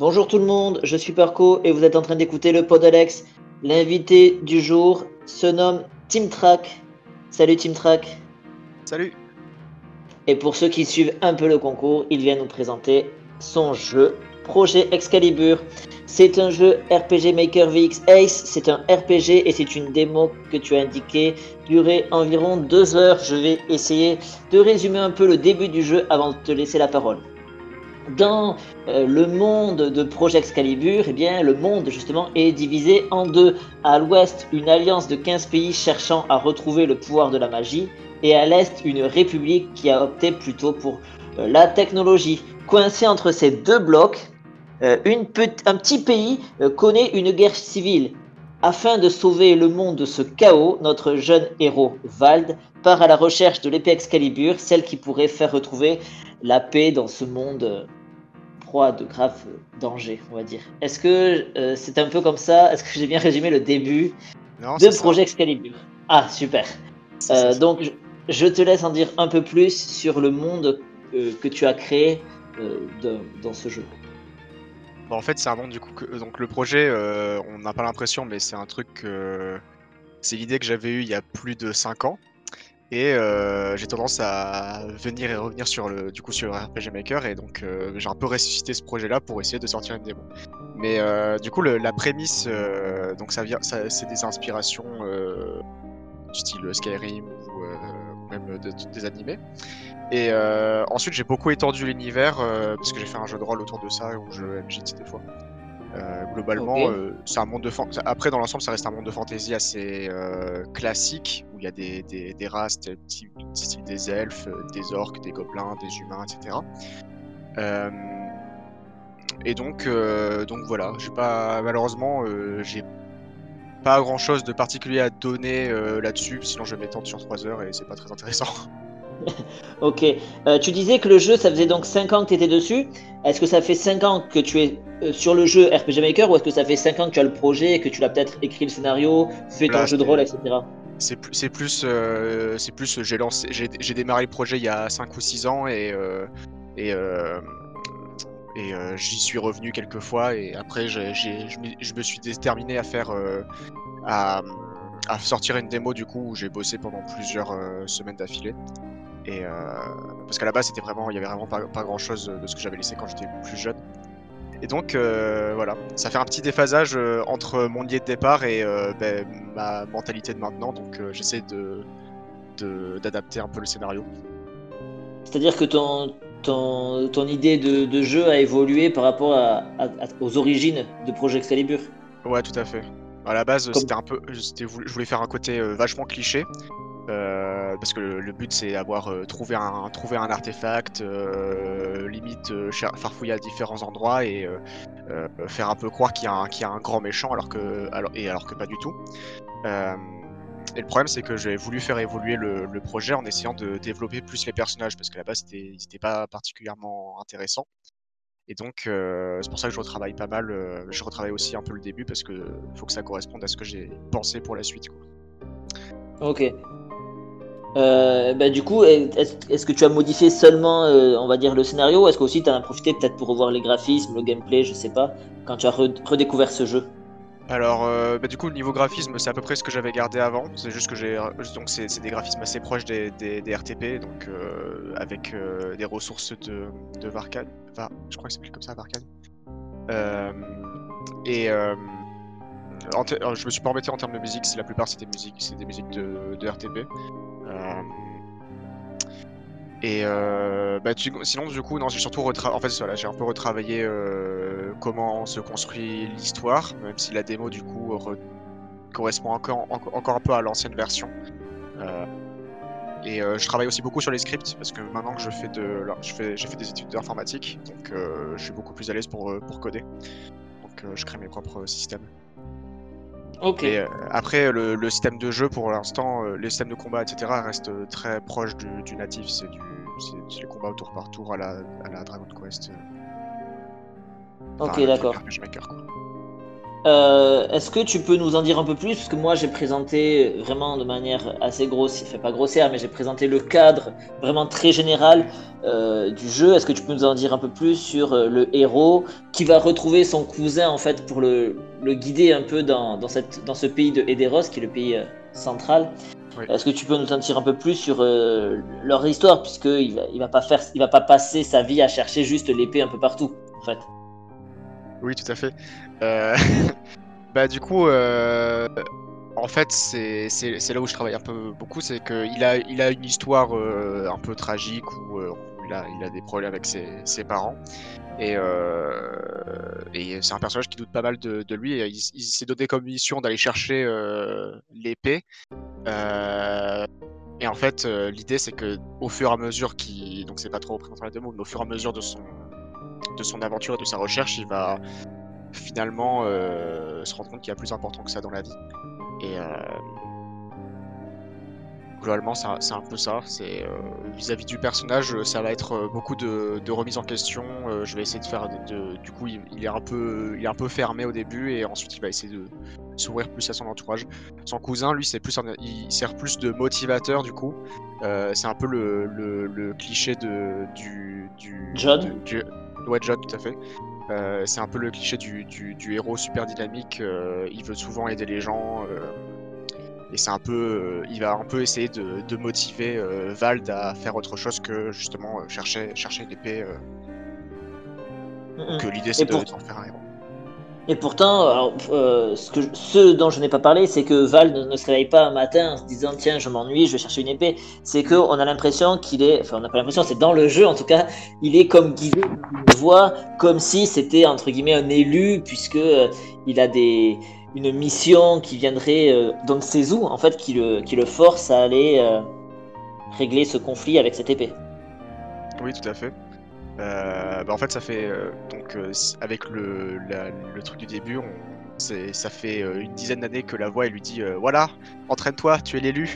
Bonjour tout le monde, je suis Parco et vous êtes en train d'écouter le pod Alex. L'invité du jour se nomme Team Track. Salut Team Track. Salut! Et pour ceux qui suivent un peu le concours, il vient nous présenter son jeu Projet Excalibur. C'est un jeu RPG Maker VX Ace, c'est un RPG et c'est une démo que tu as indiqué durer environ 2 heures. Je vais essayer de résumer un peu le début du jeu avant de te laisser la parole. Dans le monde de Projet Excalibur, eh bien, le monde justement est divisé en deux. À l'ouest, une alliance de 15 pays cherchant à retrouver le pouvoir de la magie, et à l'est, une république qui a opté plutôt pour la technologie. Coincé entre ces deux blocs, un petit pays connaît une guerre civile. Afin de sauver le monde de ce chaos, notre jeune héros Vald part à la recherche de l'épée Excalibur, celle qui pourrait faire retrouver la paix dans ce monde proie de graves dangers, on va dire. Est-ce que c'est un peu comme ça? Est-ce que j'ai bien résumé le début Non, de c'est ça. Projet Excalibur? Ah, super. C'est ça, c'est ça. Donc, je te laisse en dire un peu plus sur le monde que tu as créé dans ce jeu. Bah, en fait, c'est un monde du coup donc le projet, on n'a pas l'impression, mais c'est un truc, c'est l'idée que j'avais eue il y a plus de 5 ans et j'ai tendance à venir et revenir sur le RPG Maker et donc j'ai un peu ressuscité ce projet-là pour essayer de sortir une démo. Mais du coup, la prémisse, donc ça c'est des inspirations, du style Skyrim ou même des animés. Et ensuite, j'ai beaucoup étendu l'univers parce que j'ai fait un jeu de rôle autour de ça où je MJT des fois. Ok. Globalement, c'est un monde de après, dans l'ensemble, ça reste un monde de fantasy assez classique où il y a des races, style des elfes, des orques, des gobelins, des humains, etc. Euh, et donc voilà, malheureusement, j'ai pas grand chose de particulier à donner là-dessus, sinon je vais m'étendre sur 3 heures et c'est pas très intéressant. Ok. Tu disais que le jeu, ça faisait donc 5 ans que tu étais dessus. Est-ce que ça fait 5 ans que tu es sur le jeu RPG Maker ou est-ce que ça fait 5 ans que tu as le projet et que tu l'as peut-être écrit le scénario, fait ton Là, jeu de rôle, etc. j'ai démarré le projet il y a 5 ou 6 ans et, euh, et j'y suis revenu quelques fois et après je me suis déterminé à faire à, à sortir une démo du coup où j'ai bossé pendant plusieurs semaines d'affilée et parce qu'à la base il y avait vraiment pas grand chose de ce que j'avais laissé quand j'étais plus jeune. Et donc voilà, ça fait un petit déphasage entre mon idée de départ et ma mentalité de maintenant. Donc j'essaie d'adapter un peu le scénario. C'est-à-dire que ton idée de jeu a évolué par rapport aux origines de Projet Excalibur. Ouais, tout à fait. À la base, Comme... je voulais faire un côté vachement cliché. Parce que le but c'est trouver un artefact, limite farfouiller à différents endroits et faire un peu croire qu'il y a un grand méchant alors que pas du tout. Euh, et le problème c'est que j'ai voulu faire évoluer le projet en essayant de développer plus les personnages parce qu'à la base ils étaient pas particulièrement intéressants. Et donc c'est pour ça que je retravaille pas mal. Je retravaille aussi un peu le début parce que faut que ça corresponde à ce que j'ai pensé pour la suite, quoi. Ok. Bah, du coup, est-ce que tu as modifié seulement, on va dire, le scénario ou est-ce que aussi tu as profité peut-être pour revoir les graphismes, le gameplay, je sais pas, quand tu as redécouvert ce jeu? Alors, du coup, niveau graphisme, c'est à peu près ce que j'avais gardé avant. C'est juste que donc c'est des graphismes assez proches des RTP, donc avec des ressources de Varkan. Enfin, je crois que ça s'appelle comme ça, Varkan. Euh, et alors, je me suis pas embêté en termes de musique. La plupart c'est des musiques de RTP. Euh, et sinon, du coup, non, j'ai surtout en fait, voilà, j'ai un peu retravaillé comment se construit l'histoire, même si la démo du coup correspond encore un peu à l'ancienne version. Euh, je travaille aussi beaucoup sur les scripts parce que maintenant que j'ai fait des études d'informatique, donc je suis beaucoup plus à l'aise pour coder. Donc je crée mes propres systèmes. Ok. Mais après, le système de jeu pour l'instant, les systèmes de combat, etc., restent très proches du natif. C'est les combats au tour par tour à la Dragon Quest. Ok, Enfin, d'accord. RPG Maker, quoi. Est-ce que tu peux nous en dire un peu plus? Parce que moi, j'ai présenté vraiment de manière assez grossière, enfin pas grossière, mais j'ai présenté le cadre vraiment très général du jeu. Est-ce que tu peux nous en dire un peu plus sur le héros qui va retrouver son cousin en fait pour le guider un peu dans ce pays de Ederos, qui est le pays central. Oui. Est-ce que tu peux nous en dire un peu plus sur leur histoire, il va pas passer sa vie à chercher juste l'épée un peu partout, en fait. Oui, tout à fait. Euh, Bah du coup, en fait, c'est là où je travaille un peu beaucoup, c'est qu'il a une histoire un peu tragique où il a des problèmes avec ses parents. Et c'est un personnage qui doute pas mal de lui. Et il s'est donné comme mission d'aller chercher l'épée. Et en fait, l'idée c'est que au fur et à mesure donc c'est pas trop représenté dans la démo, mais au fur et à mesure de son aventure et de sa recherche, il va finalement se rendre compte qu'il y a plus important que ça dans la vie. Et globalement, c'est un peu ça. C'est vis-à-vis du personnage, ça va être beaucoup de remise en question. Je vais essayer de faire du coup, il est un peu fermé au début et ensuite il va essayer de s'ouvrir plus à son entourage. Son cousin, lui, il sert plus de motivateur du coup. C'est un peu le cliché du John? Ouais, John, tout à fait. C'est un peu le cliché du héros super dynamique. Il veut souvent aider les gens. Et c'est un peu, il va un peu essayer de motiver Vald à faire autre chose que justement chercher une épée. Donc l'idée Et c'est pour d'en faire un héros. Et pourtant, alors, ce dont je n'ai pas parlé, c'est que Val ne se réveille pas un matin en se disant tiens, je m'ennuie, je vais chercher une épée. C'est qu'on a l'impression enfin, on n'a pas l'impression, c'est dans le jeu en tout cas, il est comme guidé par une voix, comme si c'était entre guillemets un élu, puisque il a une mission qui viendrait d'Onsezu, en fait, qui le force à aller régler ce conflit avec cette épée. Oui, tout à fait. En fait, ça fait donc avec le truc du début, ça fait une dizaine d'années que la voix elle lui dit voilà, entraîne-toi, tu es l'élu,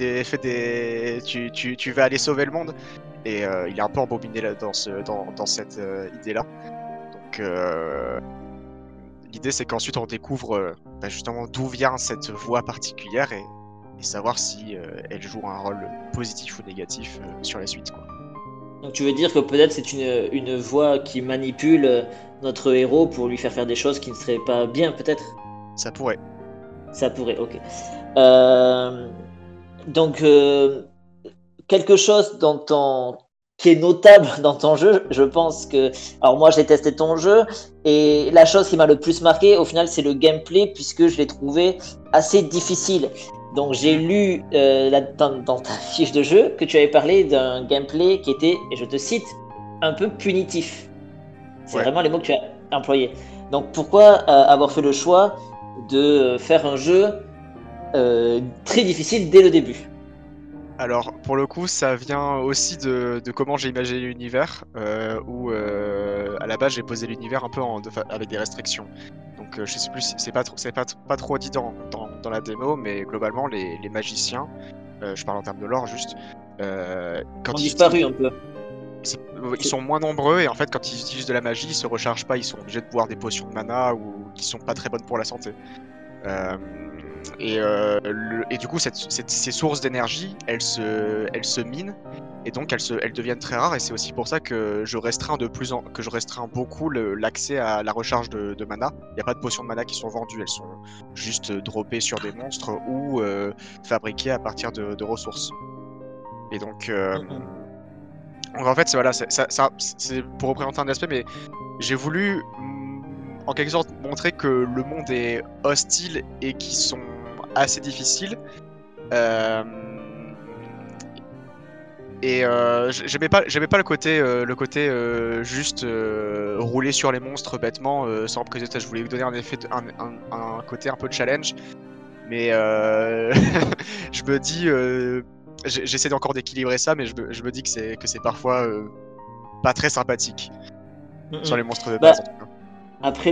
tu vas aller sauver le monde. Et il est un peu embobiné là, dans cette idée-là. Donc l'idée c'est qu'ensuite on découvre justement d'où vient cette voix particulière et savoir si elle joue un rôle positif ou négatif sur la suite, quoi. Donc tu veux dire que peut-être c'est une voix qui manipule notre héros pour lui faire des choses qui ne seraient pas bien, peut-être? Ça pourrait. Ça pourrait, ok. Euh, donc, quelque chose qui est notable dans ton jeu, je pense que... Alors moi, j'ai testé ton jeu, et la chose qui m'a le plus marqué, au final, c'est le gameplay, puisque je l'ai trouvé assez difficile. Donc j'ai lu dans ta fiche de jeu que tu avais parlé d'un gameplay qui était, et je te cite, un peu punitif. C'est Ouais. vraiment les mots que tu as employés. Donc pourquoi avoir fait le choix de faire un jeu très difficile dès le début? Alors, pour le coup, ça vient aussi de comment j'ai imaginé l'univers, où à la base j'ai posé l'univers un peu avec des restrictions. Donc, je sais plus, pas trop dit dans la démo, mais globalement, les magiciens, je parle en termes de lore juste, Ils ont quand ils disparu utilisent, un peu. ils sont moins nombreux et en fait, quand ils utilisent de la magie, ils se rechargent pas, ils sont obligés de boire des potions de mana ou qui sont pas très bonnes pour la santé. Euh, et du coup, ces sources d'énergie, elles se minent et donc elles deviennent très rares. Et c'est aussi pour ça que je restreins beaucoup l'accès à la recharge de mana. Il n'y a pas de potions de mana qui sont vendues, elles sont juste droppées sur des monstres ou fabriquées à partir de ressources. Et donc, en fait, voilà, c'est pour représenter un aspect, mais j'ai voulu en quelque sorte montrer que le monde est hostile et qui sont assez difficiles. J'aimais pas le côté juste rouler sur les monstres bêtement sans prise de tête. Je voulais lui donner un effet un côté un peu de challenge, mais je me dis j'essaie encore d'équilibrer ça, mais je me dis que c'est parfois pas très sympathique sur les monstres de base en tout cas. Après,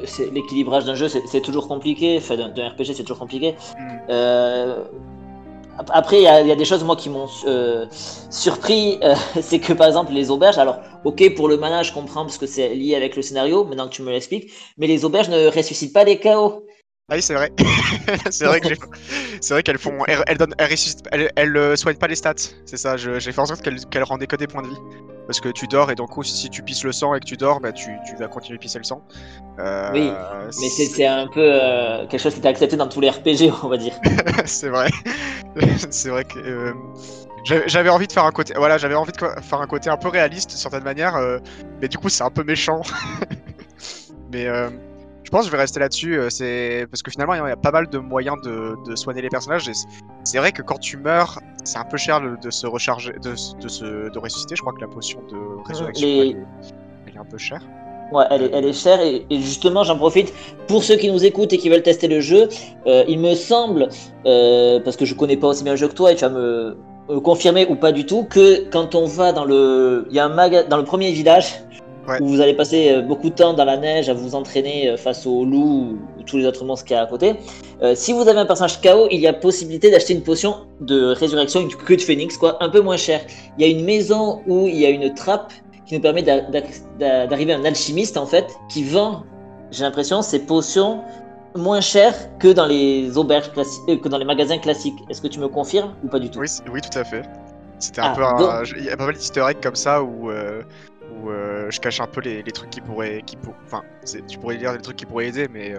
l'équilibrage d'un jeu, c'est toujours compliqué. Enfin, d'un RPG, c'est toujours compliqué. Euh, Après, il y a des choses moi qui m'ont surpris. C'est que par exemple les auberges, alors ok pour le mana je comprends parce que c'est lié avec le scénario, maintenant que tu me l'expliques, mais les auberges ne ressuscitent pas les KO. Ah oui, c'est vrai. C'est vrai qu'elles font, elles soignent pas les stats. C'est ça. J'ai fait en sorte qu'elles rendaient que des points de vie. Parce que tu dors et donc si tu pisses le sang et que tu dors, bah tu vas continuer de pisser le sang. Oui, mais c'est un peu quelque chose qui est accepté dans tous les RPG, on va dire. C'est vrai. C'est vrai que j'avais envie de faire un côté, voilà, j'avais envie de faire un côté un peu réaliste d'une certaine manière, mais du coup c'est un peu méchant. Mais je pense que je vais rester là-dessus. C'est parce que finalement il y a pas mal de moyens de soigner les personnages. Et c'est vrai que quand tu meurs, c'est un peu cher de se recharger, de ressusciter. Je crois que la potion de résurrection elle est un peu chère. Ouais, elle est chère et justement j'en profite pour ceux qui nous écoutent et qui veulent tester le jeu. Il me semble, parce que je connais pas aussi bien le jeu que toi et tu vas me confirmer ou pas du tout, que quand on va dans il y a un dans le premier village Ouais. où vous allez passer beaucoup de temps dans la neige à vous entraîner face aux loups ou tous les autres monstres qu'il y a à côté. Si vous avez un personnage KO, il y a possibilité d'acheter une potion de résurrection, une queue de phénix, quoi, un peu moins cher. Il y a une maison où il y a une trappe qui nous permet d'arriver à un alchimiste en fait qui vend, j'ai l'impression, ces potions moins chères que dans les auberges classiques, que dans les magasins classiques. Est-ce que tu me confirmes ou pas du tout? Oui, tout à fait. C'était un peu il y a pas mal d'easter eggs comme ça où je cache un peu les trucs enfin, tu pourrais lire les trucs qui pourraient aider, mais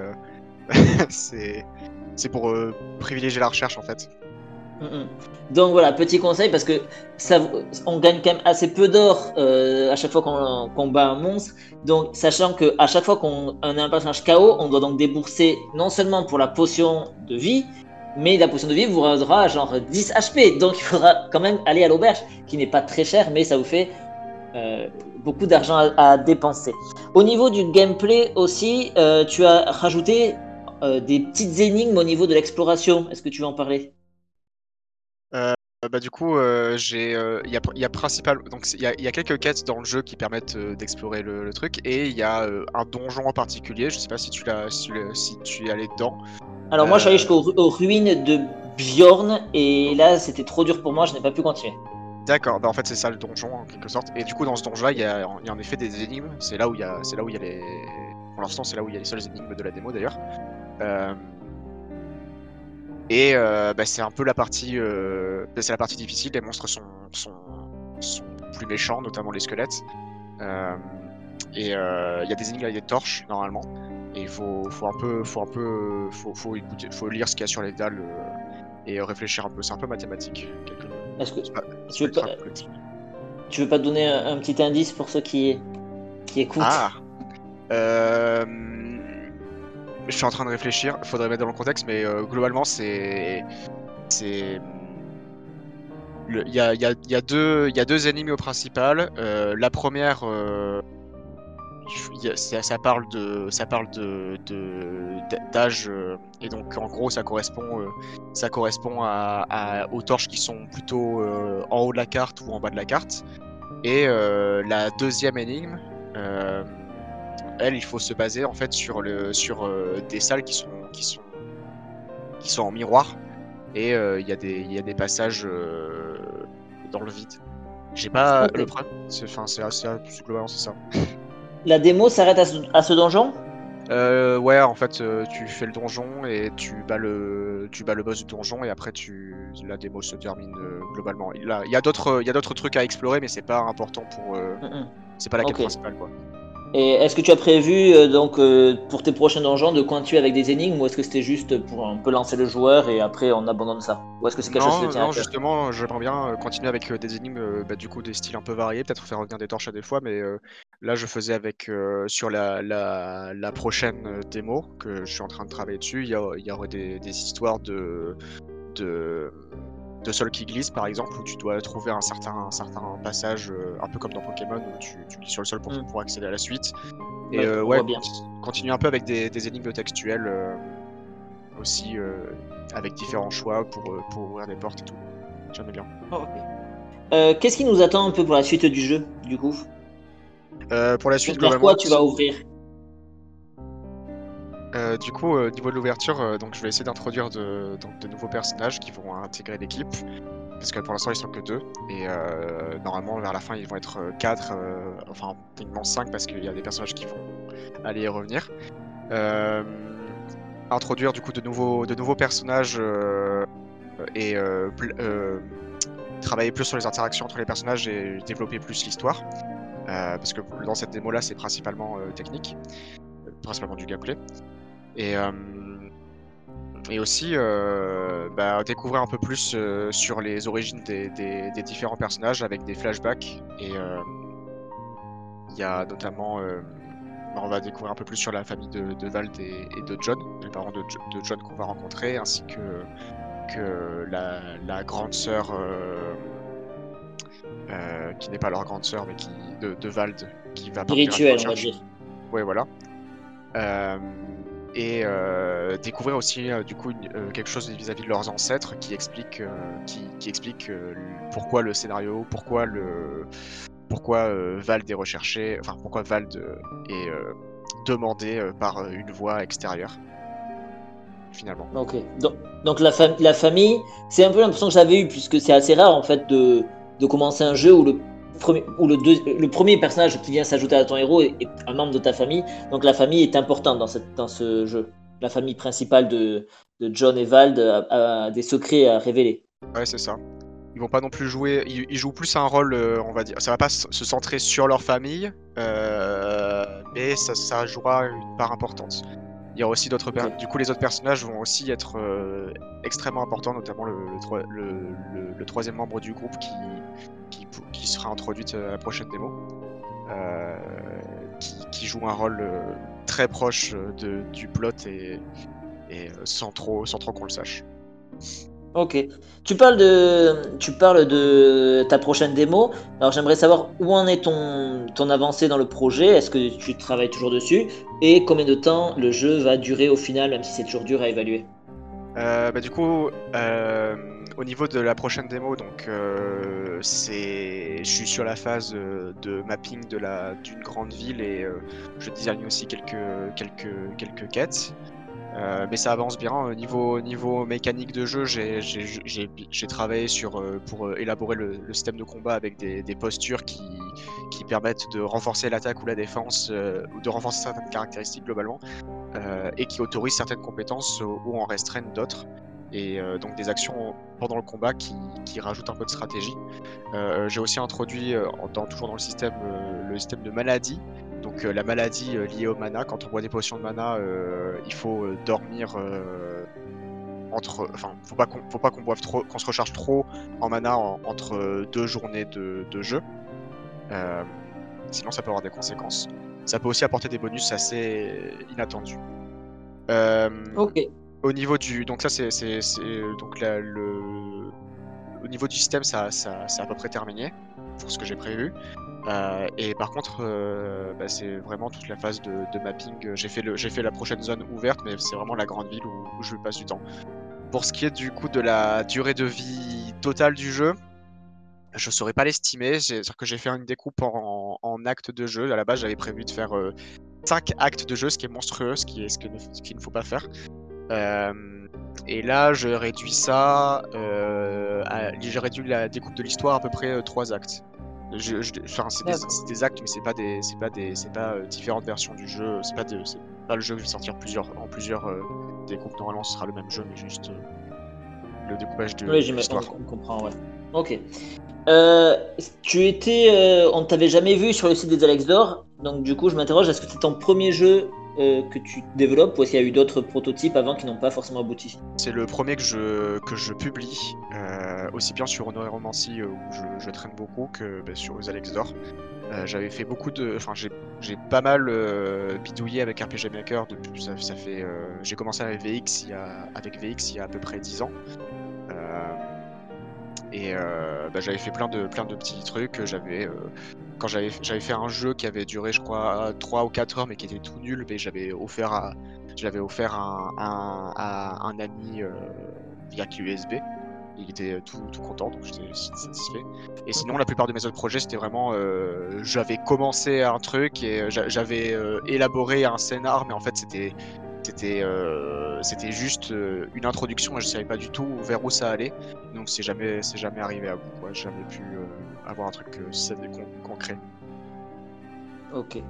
c'est pour privilégier la recherche en fait. Donc voilà, petit conseil parce que on gagne quand même assez peu d'or à chaque fois qu'on bat un monstre. Donc sachant que à chaque fois qu'on a un personnage KO, on doit donc débourser non seulement pour la potion de vie, mais la potion de vie vous rendra genre 10 HP. Donc il faudra quand même aller à l'auberge, qui n'est pas très cher, mais ça vous fait beaucoup d'argent à dépenser. Au niveau du gameplay aussi, tu as rajouté des petites énigmes au niveau de l'exploration. Est-ce que tu veux en parler? Bah du coup, il y a donc il y a quelques quêtes dans le jeu qui permettent d'explorer le truc et il y a un donjon en particulier. Je sais pas si tu es allé dedans. Alors moi je suis allé jusqu'aux ruines de Bjorn et là c'était trop dur pour moi, je n'ai pas pu continuer. D'accord, bah en fait c'est ça le donjon en quelque sorte. Et du coup dans ce donjon-là, il y a en effet des énigmes. C'est là où il y a les, pour l'instant c'est là où il y a les seules énigmes de la démo d'ailleurs. Et bah, c'est un peu c'est la partie difficile. Les monstres sont plus méchants, notamment les squelettes. Et il y a des énigmes avec des torches normalement. Et il faut écouter, faut lire ce qu'il y a sur les dalles et réfléchir un peu. C'est un peu mathématique. Est-ce que tu veux pas donner un petit indice pour ceux qui écoutent? Je suis en train de réfléchir, faudrait mettre dans le contexte, mais globalement il y a deux ennemis au principal. La première, ça parle d'âge et donc en gros ça correspond aux torches qui sont plutôt en haut de la carte ou en bas de la carte. Et la deuxième énigme. Il faut se baser en fait sur des salles qui sont en miroir et il y a des passages dans le vide. J'ai pas le problème. Globalement c'est ça. La démo s'arrête à ce donjon? Ouais, en fait, tu fais le donjon et tu bats le boss du donjon et après la démo se termine globalement. Il y a d'autres trucs à explorer, mais c'est pas important c'est pas la quête principale quoi. Et est-ce que tu as prévu pour tes prochains donjons de continuer avec des énigmes ou est-ce que c'était juste pour un peu lancer le joueur et après on abandonne ça? Ou est-ce que c'est quelque chose qui te tient à cœur? Non, justement, j'aimerais bien continuer avec des énigmes, du coup des styles un peu variés, peut-être faire revenir des torches à des fois, mais là je faisais avec sur la prochaine démo que je suis en train de travailler dessus, il y aurait des histoires de sol qui glisse par exemple, où tu dois trouver un certain passage, un peu comme dans Pokémon, où tu glisses sur le sol pour accéder à la suite. Et continue un peu avec des énigmes textuelles aussi, avec différents choix pour ouvrir des portes et tout. J'aime bien. Qu'est-ce qui nous attend un peu pour la suite du jeu, du coup? Pour la suite, vers quoi tu vas ouvrir? Du coup, au niveau de l'ouverture, donc je vais essayer d'introduire de nouveaux personnages qui vont intégrer l'équipe. Parce que pour l'instant, ils sont que 2. Et normalement, vers la fin, ils vont être 4. Enfin, techniquement 5 parce qu'il y a des personnages qui vont aller et revenir. Introduire du coup de nouveaux personnages et travailler plus sur les interactions entre les personnages et développer plus l'histoire. Parce que dans cette démo-là, c'est principalement technique. Principalement du gameplay. Et aussi découvrir un peu plus sur les origines des différents personnages avec des flashbacks. Et il y a notamment, on va découvrir un peu plus sur la famille de Vald et de John, les parents de John qu'on va rencontrer, ainsi que la grande sœur, qui n'est pas leur grande sœur, mais de Vald, qui va partir à la Rituel, on va recherche. dire. Ouais, voilà. Et découvrir aussi du coup quelque chose vis-à-vis de leurs ancêtres qui explique pourquoi le scénario, pourquoi Vald est recherché, enfin pourquoi Vald est demandé par une voix extérieure finalement. Ok. Donc la famille, c'est un peu l'impression que j'avais eu, puisque c'est assez rare en fait de commencer un jeu où le premier personnage qui vient s'ajouter à ton héros est un membre de ta famille. Donc la famille est importante dans ce jeu. La famille principale de John et Vald a des secrets à révéler. Ouais, c'est ça. Ils vont pas non plus jouer, ils jouent plus un rôle, on va dire, ça va pas se centrer sur leur famille, mais ça jouera une part importante. Il y aura aussi d'autres Ok. du coup les autres personnages vont aussi être extrêmement importants, notamment le troisième membre du groupe qui sera introduite à la prochaine démo, qui joue un rôle très proche du plot et sans trop qu'on le sache. Ok. Tu parles de ta prochaine démo. Alors j'aimerais savoir où en est ton avancée dans le projet. Est-ce que tu travailles toujours dessus? Et combien de temps le jeu va durer au final, même si c'est toujours dur à évaluer? Du coup, au niveau de la prochaine démo, donc je suis sur la phase de mapping d'une grande ville et je design aussi quelques quêtes. Mais ça avance bien. Niveau mécanique de jeu, j'ai travaillé pour élaborer le système de combat avec des postures qui permettent de renforcer l'attaque ou la défense, ou de renforcer certaines caractéristiques globalement, et qui autorisent certaines compétences ou en restreignent d'autres. Et donc des actions pendant le combat qui rajoutent un peu de stratégie. J'ai aussi introduit, toujours dans le système de maladie. Donc la maladie liée au mana, quand on boit des potions de mana, il faut dormir faut pas qu'on boive trop, qu'on se recharge trop en mana entre 2 journées de jeu. Sinon ça peut avoir des conséquences. Ça peut aussi apporter des bonus assez inattendus. Ok. Au niveau donc ça c'est donc au niveau du système, c'est à peu près terminé pour ce que j'ai prévu. Et par contre, c'est vraiment toute la phase de mapping. J'ai fait la prochaine zone ouverte, mais c'est vraiment la grande ville où je passe du temps. Pour ce qui est du coup de la durée de vie totale du jeu, je saurais pas l'estimer. C'est-à-dire que j'ai fait une découpe en actes de jeu. À la base, j'avais prévu de faire 5 actes de jeu, ce qui est monstrueux, ce qu'il ne faut pas faire. Et là, je réduis ça. J'ai réduit la découpe de l'histoire à peu près 3 actes. C'est des actes, mais c'est pas différentes versions du jeu. C'est pas le jeu qui va sortir en plusieurs découpes. Normalement, ce sera le même jeu, mais juste le découpage de Oui, l'histoire. on comprend, ouais. Ok. On ne t'avait jamais vu sur le site des Alex d'Or, donc du coup je m'interroge, est-ce que c'est ton premier jeu que tu développes ou est-ce qu'il y a eu d'autres prototypes avant qui n'ont pas forcément abouti? C'est le premier que je publie, aussi bien sur Honoriromancy où je traîne beaucoup que sur les Alex d'Or. J'avais fait j'ai pas mal bidouillé avec RPG Maker depuis. Ça fait, j'ai commencé avec VX il y a à peu près 10 ans. Et j'avais fait plein de petits trucs. Quand j'avais fait un jeu qui avait duré, je crois, 3 ou 4 heures, mais qui était tout nul, mais je l'avais offert à un ami via clé USB. Il était tout content, donc j'étais satisfait. Et sinon, la plupart de mes autres projets, c'était vraiment, j'avais commencé un truc et j'avais élaboré un scénar, mais en fait, c'était c'était juste une introduction et je savais pas du tout vers où ça allait. Donc c'est jamais arrivé à bout, quoi. J'ai jamais pu avoir un truc concret. Ok.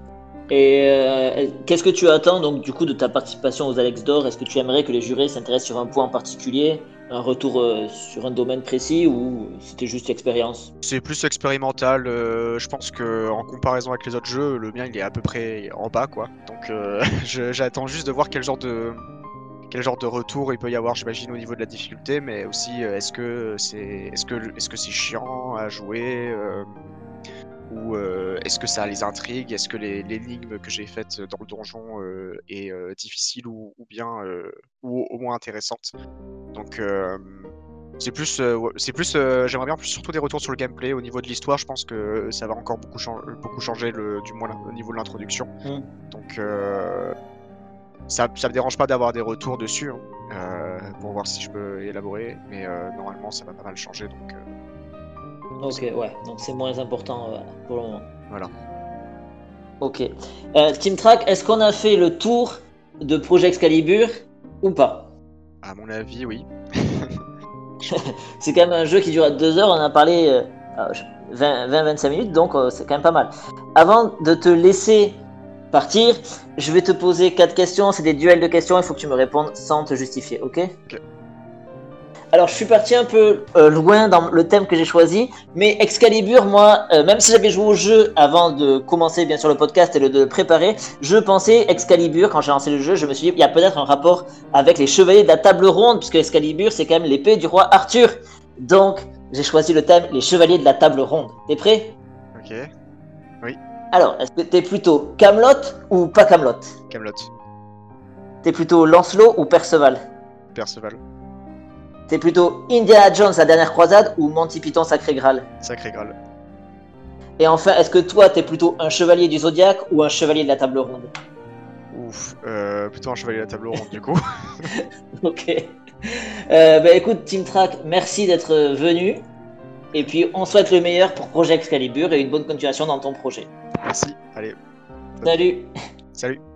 Et qu'est-ce que tu attends donc du coup de ta participation aux Alex d'Or? Est-ce que tu aimerais que les jurés s'intéressent sur un point en particulier, un retour sur un domaine précis, ou c'était juste expérience? C'est plus expérimental. Je pense que en comparaison avec les autres jeux, le mien il est à peu près en bas, quoi. Donc j'attends juste de voir quel genre de retour il peut y avoir, j'imagine, au niveau de la difficulté, mais aussi est-ce que c'est chiant à jouer, ou est-ce que ça les intrigue, est-ce que l'énigme que j'ai faite dans le donjon est difficile ou bien ou au moins intéressante. Donc c'est plus j'aimerais bien surtout des retours sur le gameplay. Au niveau de l'histoire, je pense que ça va encore beaucoup changer, du moins au niveau de l'introduction. Donc ça me dérange pas d'avoir des retours dessus, hein, pour voir si je peux élaborer, mais normalement ça va pas mal changer, donc Ok, ouais, donc c'est moins important pour le moment. voilà. Ok. Team Track, est-ce qu'on a fait le tour de Projet Excalibur ou pas? À mon avis, oui. C'est quand même un jeu qui dure 2 heures, on a parlé 20-25 minutes, donc c'est quand même pas mal. Avant de te laisser partir, je vais te poser 4 questions, c'est des duels de questions, il faut que tu me répondes sans te justifier, ok? Ok. Alors je suis parti un peu loin dans le thème que j'ai choisi, mais Excalibur, moi, même si j'avais joué au jeu avant de commencer bien sûr le podcast et de le préparer, je pensais Excalibur, quand j'ai lancé le jeu, je me suis dit il y a peut-être un rapport avec les chevaliers de la table ronde, puisque Excalibur c'est quand même l'épée du roi Arthur. Donc j'ai choisi le thème les chevaliers de la table ronde. T'es prêt? Ok. Oui. Alors, est-ce que t'es plutôt Camelot ou pas Camelot? Camelot. T'es plutôt Lancelot ou Perceval? Perceval. T'es plutôt Indiana Jones la dernière croisade ou Monty Python Sacré Graal? Sacré Graal. Et enfin, est-ce que toi t'es plutôt un chevalier du zodiaque ou un chevalier de la table ronde? Ouf, plutôt un chevalier de la table ronde du coup. Ok. Bah écoute, Team Track, merci d'être venu. Et puis on souhaite le meilleur pour Projet Excalibur et une bonne continuation dans ton projet. Merci, allez. Salut. Salut.